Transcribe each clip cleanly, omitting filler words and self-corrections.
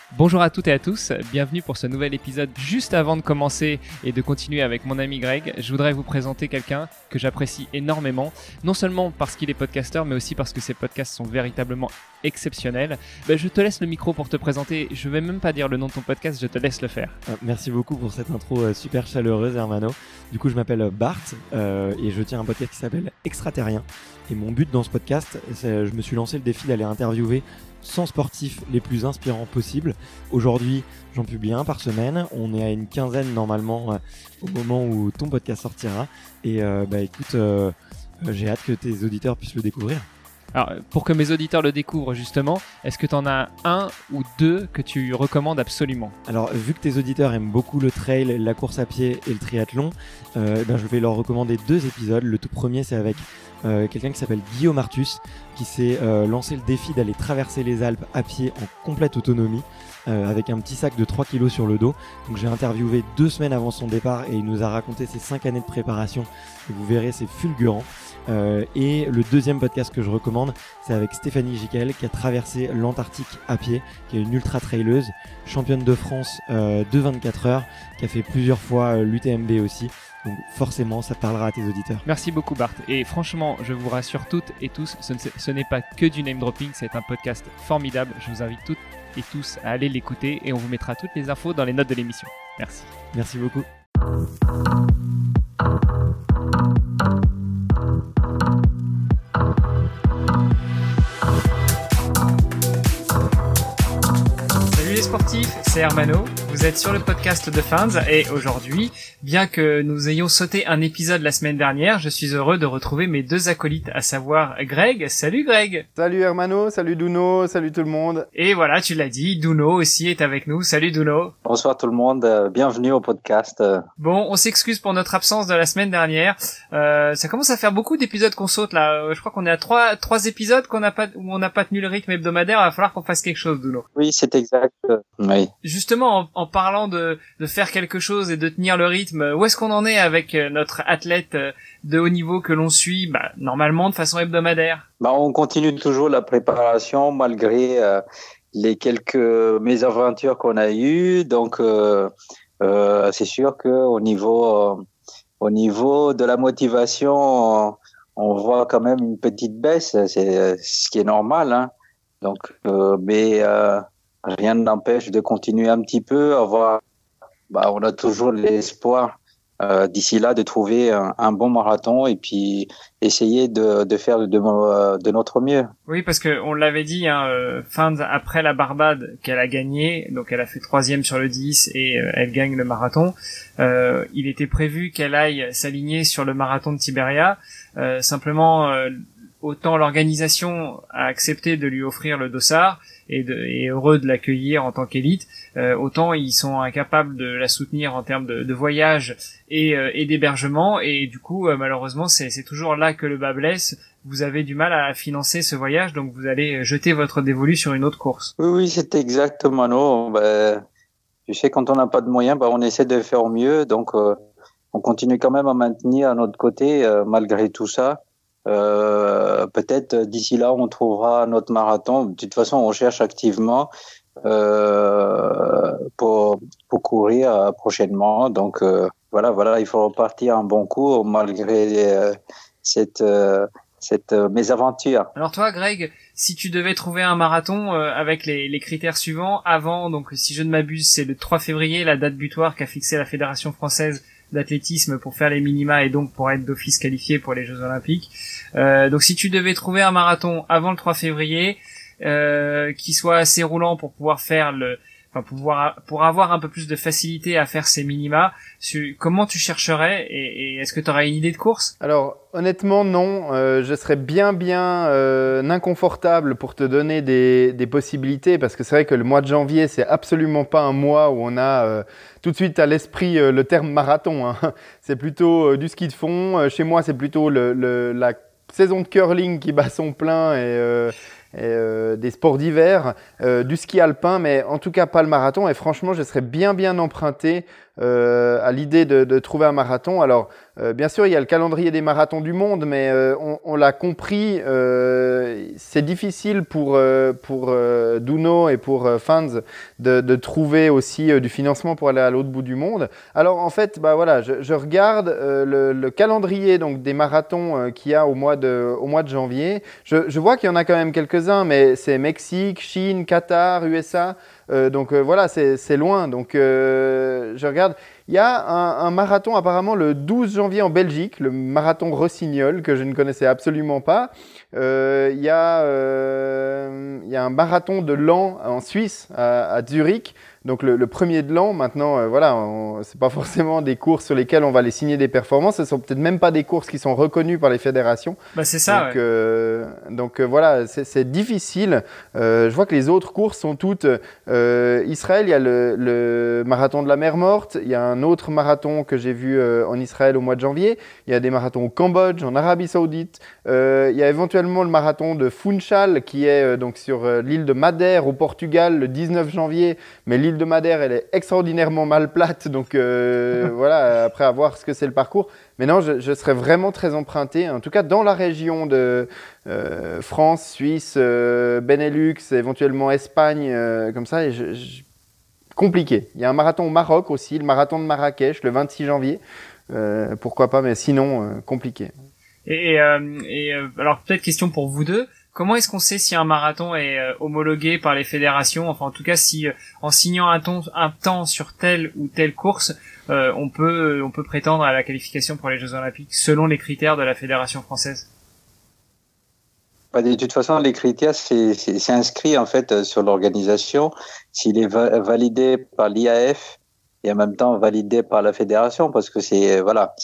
Bonjour à toutes et à tous, bienvenue pour ce nouvel épisode. Juste avant de commencer et de continuer avec mon ami Greg, je voudrais vous présenter quelqu'un que j'apprécie énormément, non seulement parce qu'il est podcasteur, mais aussi parce que ses podcasts sont véritablement exceptionnels. Je te laisse le micro pour te présenter, je vais même pas dire le nom de ton podcast, je te laisse le faire. Merci beaucoup pour cette intro super chaleureuse, Hermano. Du coup, je m'appelle Bart et je tiens un podcast qui s'appelle Extraterrien. Et mon but dans ce podcast, je me suis lancé le défi d'aller interviewer 100 sportifs les plus inspirants possibles. Aujourd'hui, j'en publie un par semaine. On est à une quinzaine normalement au moment où ton podcast sortira. Et écoute, j'ai hâte que tes auditeurs puissent le découvrir. Alors, pour que mes auditeurs le découvrent justement, est-ce que tu en as un ou deux que tu recommandes absolument ? Alors, vu que tes auditeurs aiment beaucoup le trail, la course à pied et le triathlon, je vais leur recommander 2 épisodes. Le tout premier, c'est avec quelqu'un qui s'appelle Guillaume Artus, qui s'est lancé le défi d'aller traverser les Alpes à pied en complète autonomie, avec un petit sac de 3 kilos sur le dos. Donc j'ai interviewé 2 semaines avant son départ et il nous a raconté ses 5 années de préparation. Et vous verrez, c'est fulgurant. Et le deuxième podcast que je recommande, c'est avec Stéphanie Giquel, qui a traversé l'Antarctique à pied, qui est une ultra traileuse, championne de France de 24 heures, qui a fait plusieurs fois l'UTMB aussi. Donc forcément, ça parlera à tes auditeurs. Merci beaucoup Bart. Et franchement, je vous rassure toutes et tous, ce n'est pas que du name dropping, c'est un podcast formidable. Je vous invite toutes et tous à aller l'écouter et on vous mettra toutes les infos dans les notes de l'émission. Merci. Merci beaucoup. Salut les sportifs, c'est Hermano. Vous êtes sur le podcast de Fans et aujourd'hui, bien que nous ayons sauté un épisode la semaine dernière, je suis heureux de retrouver mes 2 acolytes, à savoir Greg. Salut Greg. Salut Hermano, salut Duno, salut tout le monde. Et voilà, tu l'as dit, Duno aussi est avec nous. Salut Duno. Bonsoir tout le monde, bienvenue au podcast. Bon, on s'excuse pour notre absence de la semaine dernière. Ça commence à faire beaucoup d'épisodes qu'on saute là. Je crois qu'on est à 3 épisodes où on n'a pas tenu le rythme hebdomadaire. Il va falloir qu'on fasse quelque chose, Duno. Oui, c'est exact. Oui. Justement, en parlant de faire quelque chose et de tenir le rythme, où est-ce qu'on en est avec notre athlète de haut niveau que l'on suit, normalement de façon hebdomadaire ? On continue toujours la préparation malgré les quelques mésaventures qu'on a eues. Donc, c'est sûr que au niveau de la motivation, on voit quand même une petite baisse. C'est ce qui est normal, hein. Donc, rien n'empêche de continuer un petit peu, on a toujours l'espoir d'ici là de trouver un bon marathon et puis essayer de faire de notre mieux. Oui, parce que on l'avait dit, Fans après la Barbade qu'elle a gagné, donc elle a fait 3e sur le 10 et elle gagne le marathon. Il était prévu qu'elle aille s'aligner sur le marathon de Tibéria. Simplement, autant l'organisation a accepté de lui offrir le dossard et heureux de l'accueillir en tant qu'élite, autant ils sont incapables de la soutenir en termes de voyage et d'hébergement, et du coup malheureusement c'est toujours là que le bas blesse. Vous avez du mal à financer ce voyage, donc vous allez jeter votre dévolu sur une autre course. Oui, c'est exactement nous. Tu sais, quand on n'a pas de moyens, on essaie de faire au mieux, donc on continue quand même à maintenir notre côté malgré tout ça. Peut-être d'ici là on trouvera notre marathon. De toute façon on cherche activement pour courir prochainement, donc voilà, il faut repartir un bon coup malgré cette mésaventure. Alors toi Greg, si tu devais trouver un marathon avec les critères suivants avant, donc si je ne m'abuse c'est le 3 février la date butoir qu'a fixée la Fédération française d'athlétisme pour faire les minima et donc pour être d'office qualifié pour les Jeux Olympiques. Donc si tu devais trouver un marathon avant le 3 février qui soit assez roulant pour pouvoir faire pour avoir un peu plus de facilité à faire ces minima, comment tu chercherais et est-ce que tu aurais une idée de course ? Alors honnêtement non, je serais bien inconfortable pour te donner des possibilités, parce que c'est vrai que le mois de janvier c'est absolument pas un mois où on a tout de suite à l'esprit le terme marathon, hein. C'est plutôt du ski de fond. Chez moi c'est plutôt la saison de curling qui bat son plein et des sports d'hiver, du ski alpin, mais en tout cas pas le marathon. Et franchement, je serais bien emprunté à l'idée de trouver un marathon. Alors, bien sûr, il y a le calendrier des marathons du monde, mais on l'a compris, c'est difficile pour Duno et pour Fans de trouver aussi du financement pour aller à l'autre bout du monde. Alors, en fait, bah voilà, je regarde le calendrier donc des marathons qu'il y a au mois de janvier. Je vois qu'il y en a quand même quelques-uns, mais c'est Mexique, Chine, Qatar, USA. Donc voilà, c'est loin. Donc je regarde. Il y a un marathon apparemment le 12 janvier en Belgique, le marathon Rossignol, que je ne connaissais absolument pas. Il y a un marathon de l'an en Suisse, à Zurich. Donc le premier de l'an, maintenant, voilà, c'est pas forcément des courses sur lesquelles on va aller signer des performances. Ce sont peut-être même pas des courses qui sont reconnues par les fédérations. Bah c'est ça. Donc, ouais. Donc voilà, c'est difficile. Je vois que les autres courses sont toutes. Israël, il y a le marathon de la mer Morte. Il y a un autre marathon que j'ai vu en Israël au mois de janvier. Il y a des marathons au Cambodge, en Arabie Saoudite. Il y a éventuellement le marathon de Funchal qui est donc sur l'île de Madère au Portugal le 19 janvier. Mais l'île de Madère, elle est extraordinairement mal plate. Donc voilà, après à voir ce que c'est le parcours. Mais non, je serais vraiment très emprunté, en tout cas dans la région de France, Suisse, Benelux, éventuellement Espagne, comme ça. Et compliqué. Il y a un marathon au Maroc aussi, le marathon de Marrakech, le 26 janvier. Pourquoi pas, mais sinon, compliqué. Alors peut-être question pour vous deux. Comment est-ce qu'on sait si un marathon est homologué par les fédérations? Enfin, en tout cas, si en signant un temps sur telle ou telle course, on peut prétendre à la qualification pour les Jeux Olympiques selon les critères de la fédération française. Bah, de toute façon, les critères, c'est inscrit en fait sur l'organisation. S'il est validé par l'IAF et en même temps validé par la fédération, parce que c'est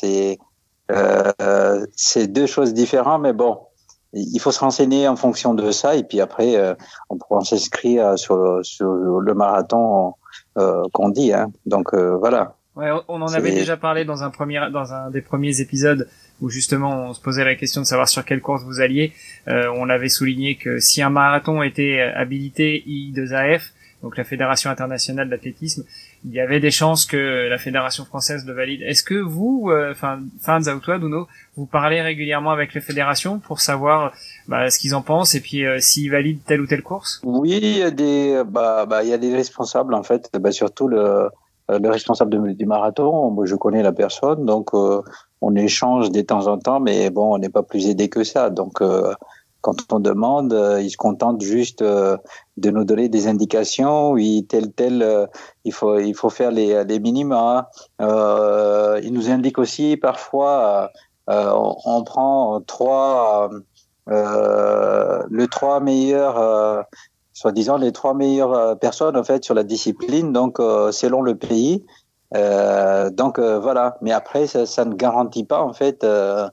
deux choses différentes, mais bon. Il faut se renseigner en fonction de ça et puis après on pourra s'inscrire sur le marathon qu'on dit, hein. Donc voilà. Ouais, on en avait déjà parlé dans un des premiers épisodes où justement on se posait la question de savoir sur quelle course vous alliez. On avait souligné que si un marathon était habilité I2AF, donc la Fédération internationale d'athlétisme, il y avait des chances que la Fédération française le valide. Est-ce que vous, Fans ou toi, Duno, vous parlez régulièrement avec les fédérations pour savoir ce qu'ils en pensent et puis s'ils valident telle ou telle course? Oui, il y a des responsables en fait, surtout le responsable du marathon. Moi, je connais la personne, donc on échange de temps en temps, mais bon, on n'est pas plus aidé que ça. Donc quand on demande, ils se contentent juste de nous donner des indications. Oui, tel, il faut faire les minima. Ils nous indiquent aussi parfois, on prend les trois meilleurs, soi-disant les trois meilleures personnes en fait sur la discipline. Donc selon le pays. Voilà. Mais après, ça ne garantit pas en fait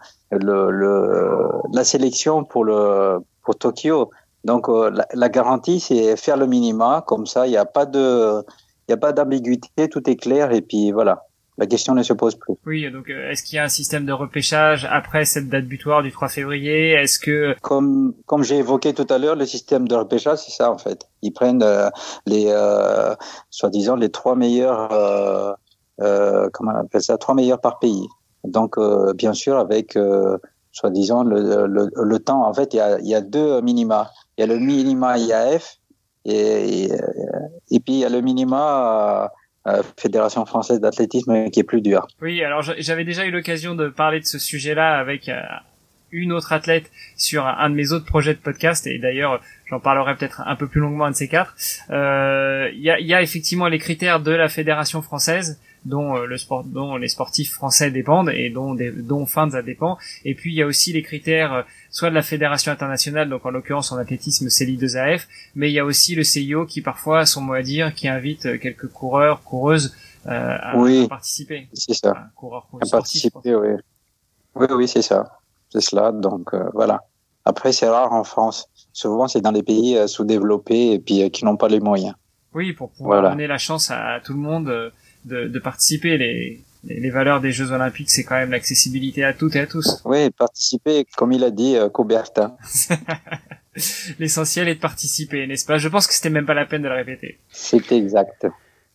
la sélection pour Tokyo. Donc la garantie, c'est faire le minima, comme ça il y a pas d'ambiguïté, tout est clair et puis voilà, la question ne se pose plus. Oui, donc est-ce qu'il y a un système de repêchage après cette date butoir du 3 février? Est-ce que comme j'ai évoqué tout à l'heure, le système de repêchage, c'est ça en fait. Ils prennent soi-disant les trois meilleurs comment on appelle ça, 3 meilleurs par pays. Donc bien sûr avec soi-disant le temps. En fait, il y a deux minima. Il y a le minima IAF et puis il y a le minima Fédération française d'athlétisme qui est plus dur. Oui, alors j'avais déjà eu l'occasion de parler de ce sujet-là avec une autre athlète sur un de mes autres projets de podcast, et d'ailleurs j'en parlerai peut-être un peu plus longuement un de ces quatre. Il y a effectivement les critères de la fédération française dont les sportifs français dépendent et dont Fans dépend, et puis il y a aussi les critères soit de la fédération internationale, donc en l'occurrence en athlétisme c'est l'I2AF, mais il y a aussi le CIO qui parfois a son mot à dire, qui invite quelques coureurs, coureuses à participer. C'est ça. Coureurs, à participer, oui. Oui, c'est ça. C'est cela, donc voilà. Après, c'est rare en France. Souvent, c'est dans les pays sous-développés et puis qui n'ont pas les moyens. Oui, pour pouvoir donner la chance à tout le monde de participer. Les valeurs des Jeux Olympiques, c'est quand même l'accessibilité à toutes et à tous. Oui, participer, comme il a dit Coubertin. L'essentiel est de participer, n'est-ce pas? Je pense que c'était même pas la peine de le répéter. C'est exact.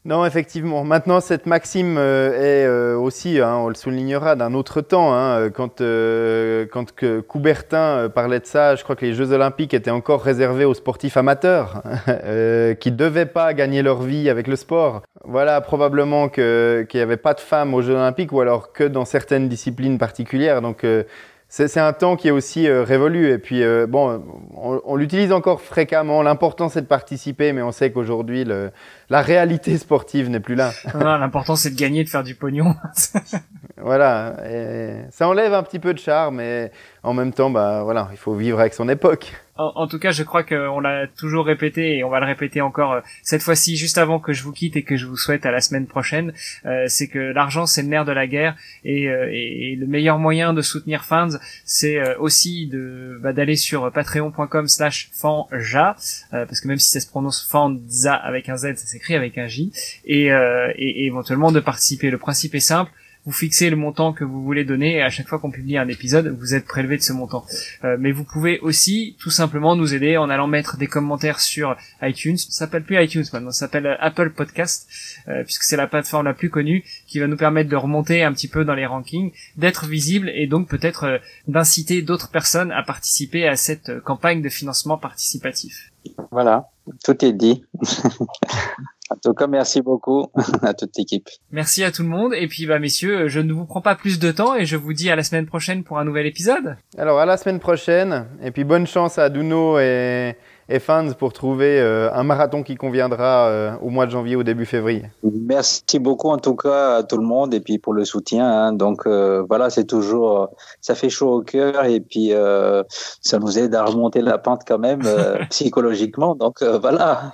Non, effectivement. Maintenant, cette maxime est aussi, on le soulignera, d'un autre temps. Quand Coubertin parlait de ça, je crois que les Jeux Olympiques étaient encore réservés aux sportifs amateurs qui ne devaient pas gagner leur vie avec le sport. Voilà, probablement qu'il n'y avait pas de femmes aux Jeux Olympiques ou alors que dans certaines disciplines particulières. Donc, c'est un temps qui est aussi révolu. Et puis, on l'utilise encore fréquemment. L'important, c'est de participer, mais on sait qu'aujourd'hui, la réalité sportive n'est plus là. Non, l'important, c'est de gagner, de faire du pognon. Voilà. Et ça enlève un petit peu de charme, mais en même temps, voilà, il faut vivre avec son époque. En tout cas, je crois qu'on l'a toujours répété et on va le répéter encore cette fois-ci, juste avant que je vous quitte et que je vous souhaite à la semaine prochaine, c'est que l'argent, c'est le nerf de la guerre et le meilleur moyen de soutenir Fans, c'est aussi d'aller sur patreon.com/fanja, parce que même si ça se prononce Fanza avec un Z, ça s'écrit avec un J, et éventuellement de participer. Le principe est simple. Vous fixez le montant que vous voulez donner et à chaque fois qu'on publie un épisode, vous êtes prélevé de ce montant. Mais vous pouvez aussi tout simplement nous aider en allant mettre des commentaires sur iTunes. Ça s'appelle plus iTunes maintenant, ça s'appelle Apple Podcast, puisque c'est la plateforme la plus connue qui va nous permettre de remonter un petit peu dans les rankings, d'être visible et donc peut-être d'inciter d'autres personnes à participer à cette campagne de financement participatif. Voilà, tout est dit. En tout cas, merci beaucoup à toute l'équipe. Merci à tout le monde. Et puis, messieurs, je ne vous prends pas plus de temps et je vous dis à la semaine prochaine pour un nouvel épisode. Alors, à la semaine prochaine. Et puis, bonne chance à Duno et Fans pour trouver un marathon qui conviendra au mois de janvier ou début février. Merci beaucoup en tout cas à tout le monde et puis pour le soutien. Donc voilà, c'est toujours, ça fait chaud au cœur et puis ça nous aide à remonter la pente quand même psychologiquement. Donc voilà,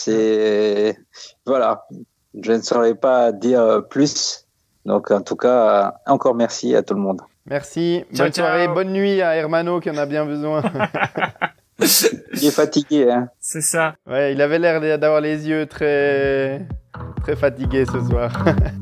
voilà, je ne saurais pas dire plus. Donc en tout cas, encore merci à tout le monde. Merci, ciao, bonne soirée, ciao. bonne nuit à Hermano qui en a bien besoin. Il est fatigué, hein. C'est ça. Ouais, il avait l'air d'avoir les yeux très, très fatigués ce soir.